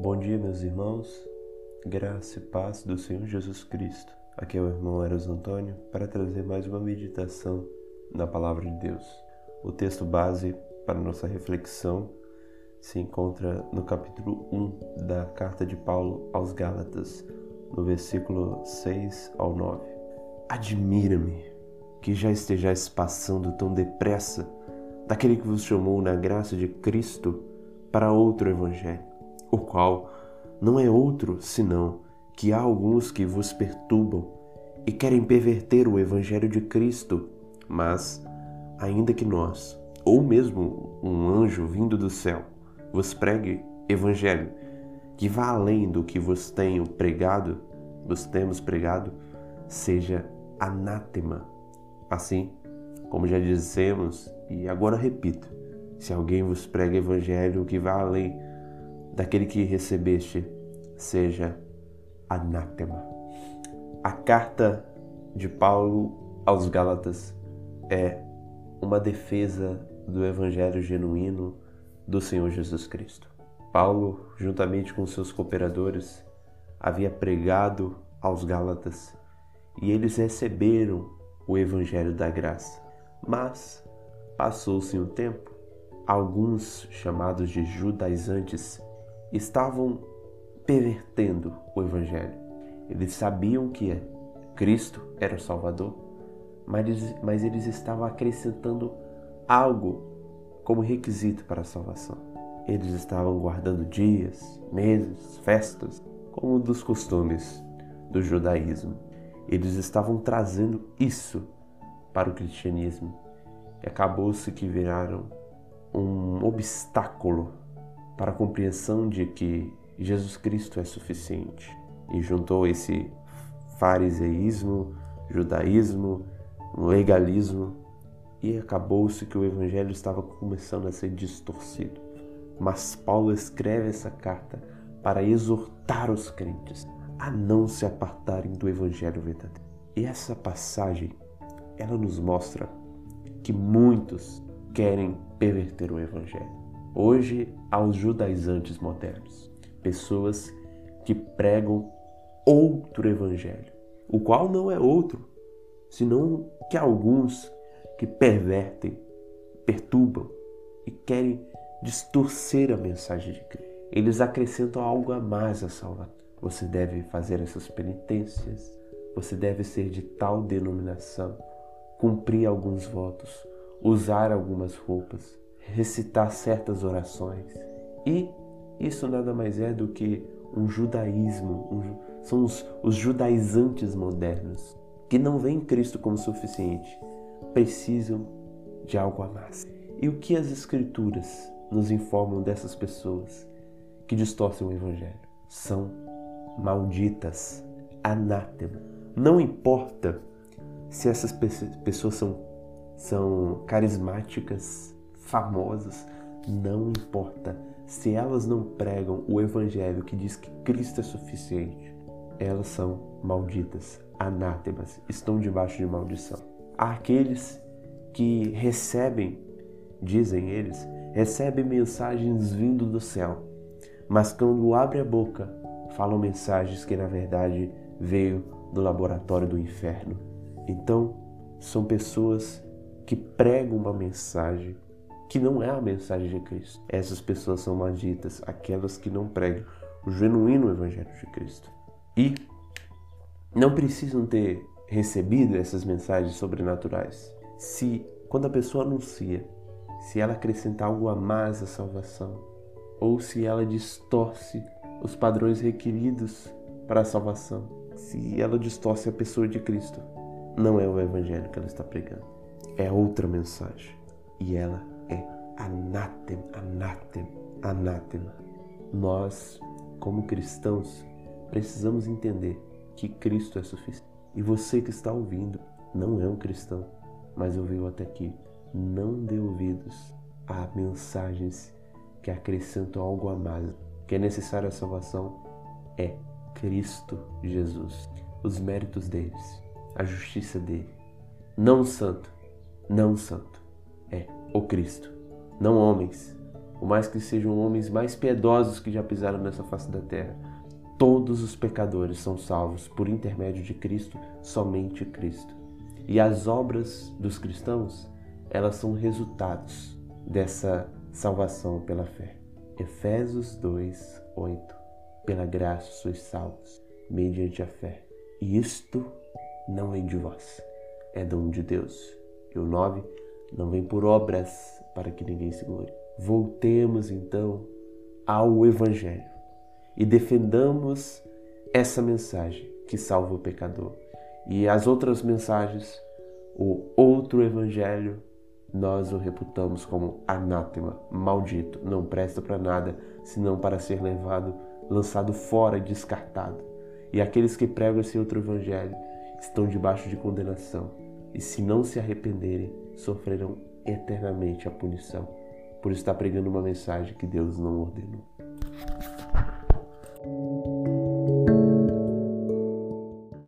Bom dia, meus irmãos, graça e paz do Senhor Jesus Cristo. Aqui é o irmão Eros Antônio para trazer mais uma meditação na Palavra de Deus. O texto base para nossa reflexão se encontra no capítulo 1 da carta de Paulo aos Gálatas, no versículo 6 ao 9. Admira-me que já estejais passando tão depressa daquele que vos chamou na graça de Cristo para outro evangelho, o qual não é outro senão que há alguns que vos perturbam e querem perverter o evangelho de Cristo. Mas, ainda que nós, ou mesmo um anjo vindo do céu, vos pregue evangelho que vá além do que vos temos pregado, seja anátema. Assim, como já dissemos, e agora repito, se alguém vos prega evangelho que vá além daquele que recebeste, seja anátema. A carta de Paulo aos Gálatas é uma defesa do evangelho genuíno do Senhor Jesus Cristo. Paulo, juntamente com seus cooperadores, havia pregado aos Gálatas e eles receberam o evangelho da graça. Mas passou-se um tempo, alguns chamados de judaizantes estavam pervertendo o evangelho. Eles sabiam que Cristo era o Salvador, mas eles estavam acrescentando algo como requisito para a salvação. Eles estavam guardando dias, meses, festas, como dos costumes do judaísmo. Eles estavam trazendo isso para o cristianismo e acabou-se que viraram um obstáculo para a compreensão de que Jesus Cristo é suficiente. E juntou esse fariseísmo, judaísmo, legalismo, e acabou-se que o evangelho estava começando a ser distorcido. Mas Paulo escreve essa carta para exortar os crentes a não se apartarem do evangelho verdadeiro. E essa passagem, ela nos mostra que muitos querem perverter o evangelho. Hoje, há os judaizantes modernos, pessoas que pregam outro evangelho, o qual não é outro, senão que alguns que pervertem, perturbam e querem distorcer a mensagem de Cristo. Eles acrescentam algo a mais à salvação. Você deve fazer essas penitências, você deve ser de tal denominação, cumprir alguns votos, usar algumas roupas, recitar certas orações. E isso nada mais é do que um judaísmo, são os judaizantes modernos, que não veem Cristo como suficiente, precisam de algo a mais. E o que as Escrituras nos informam dessas pessoas que distorcem o Evangelho? São malditas, anátema. Não importa se essas pessoas são carismáticas, famosas, não importa. Se elas não pregam o evangelho que diz que Cristo é suficiente, elas são malditas, anátemas, estão debaixo de maldição. Há aqueles que recebem, dizem eles, recebem mensagens vindo do céu, mas quando abre a boca, falam mensagens que na verdade veio do laboratório do inferno. Então, são pessoas que pregam uma mensagem que não é a mensagem de Cristo. Essas pessoas são malditas, aquelas que não pregam o genuíno evangelho de Cristo. E não precisam ter recebido essas mensagens sobrenaturais. Se, quando a pessoa anuncia, se ela acrescentar algo a mais à salvação, ou se ela distorce os padrões requeridos para a salvação, se ela distorce a pessoa de Cristo, não é o evangelho que ela está pregando. É outra mensagem. E ela é anátema, anátema, anátema. Nós, como cristãos, precisamos entender que Cristo é suficiente. E você que está ouvindo, não é um cristão, mas ouviu até aqui, não dê ouvidos a mensagens que acrescentam algo a mais. Que é necessário a salvação é Cristo Jesus, os méritos deles, a justiça dele. Não santo, é o Cristo, não homens. por mais que sejam homens mais piedosos que já pisaram nessa face da terra, todos os pecadores são salvos por intermédio de Cristo, somente Cristo. E as obras dos cristãos, elas são resultados dessa salvação pela fé. Efésios 2, 8. Pela graça sois salvos, mediante a fé. E isto não vem de vós, é dom de Deus. E o 9, não vem por obras para que ninguém se glorie. Voltemos então ao Evangelho e defendamos essa mensagem que salva o pecador. E as outras mensagens, o outro Evangelho, nós o reputamos como anátema, maldito, não presta para nada, senão para ser lançado fora e descartado. E aqueles que pregam esse outro Evangelho estão debaixo de condenação, e se não se arrependerem, sofrerão eternamente a punição, por estar pregando uma mensagem que Deus não ordenou.